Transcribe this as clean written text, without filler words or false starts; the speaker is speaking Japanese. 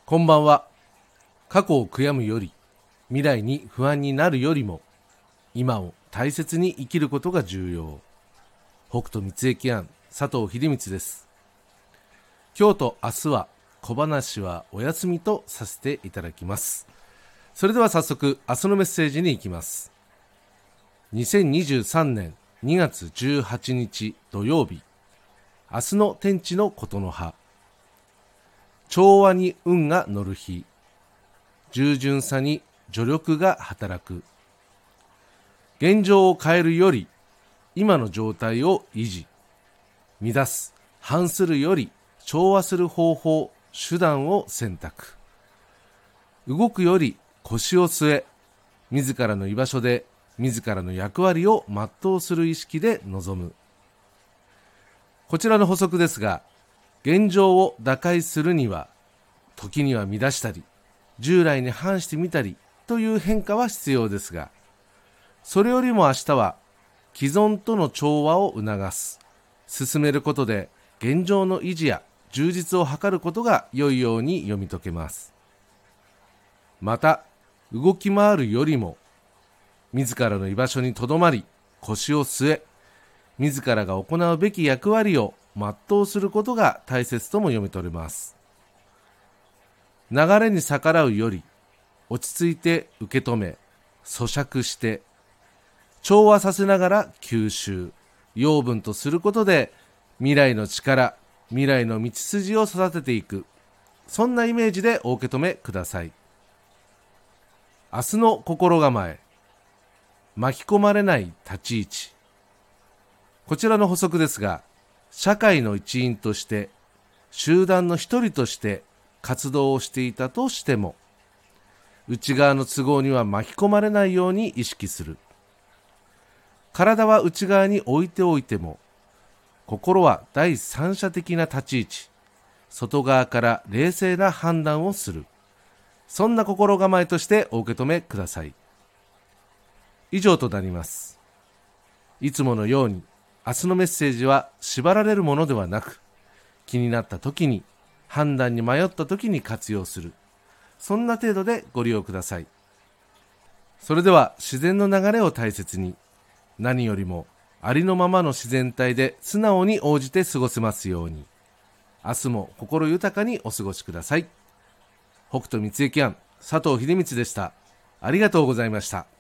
こんばんは。過去を悔やむより、未来に不安になるよりも、今を大切に生きることが重要。北斗三重庵佐藤秀光です。今日と明日は小話はお休みとさせていただきます。それでは早速明日のメッセージに行きます。2023年2月18日土曜日、明日の天地のことの葉。調和に運が乗る日、従順さに助力が働く。現状を変えるより今の状態を維持、乱す、反するより調和する方法、手段を選択。動くより腰を据え、自らの居場所で自らの役割を全うする意識で臨む。こちらの補足ですが、現状を打開するには、時には乱したり、従来に反してみたりという変化は必要ですが、それよりも明日は既存との調和を促す、進めることで現状の維持や充実を図ることが良いように読み解けます。また、動き回るよりも、自らの居場所にとどまり、腰を据え、自らが行うべき役割を全うすることが大切とも読み取れます。流れに逆らうより、落ち着いて受け止め、咀嚼して、調和させながら吸収、養分とすることで、未来の力、未来の道筋を育てていく、そんなイメージでお受け止めください。明日の心構え、巻き込まれない立ち位置。こちらの補足ですが、社会の一員として、集団の一人として活動をしていたとしても、内側の都合には巻き込まれないように意識する。体は内側に置いておいても、心は第三者的な立ち位置、外側から冷静な判断をする。そんな心構えとしてお受け止めください。以上となります。いつものように、明日のメッセージは縛られるものではなく、気になった時に、判断に迷った時に活用する。そんな程度でご利用ください。それでは自然の流れを大切に、何よりもありのままの自然体で素直に応じて過ごせますように。明日も心豊かにお過ごしください。北斗三重庵佐藤秀光でした。ありがとうございました。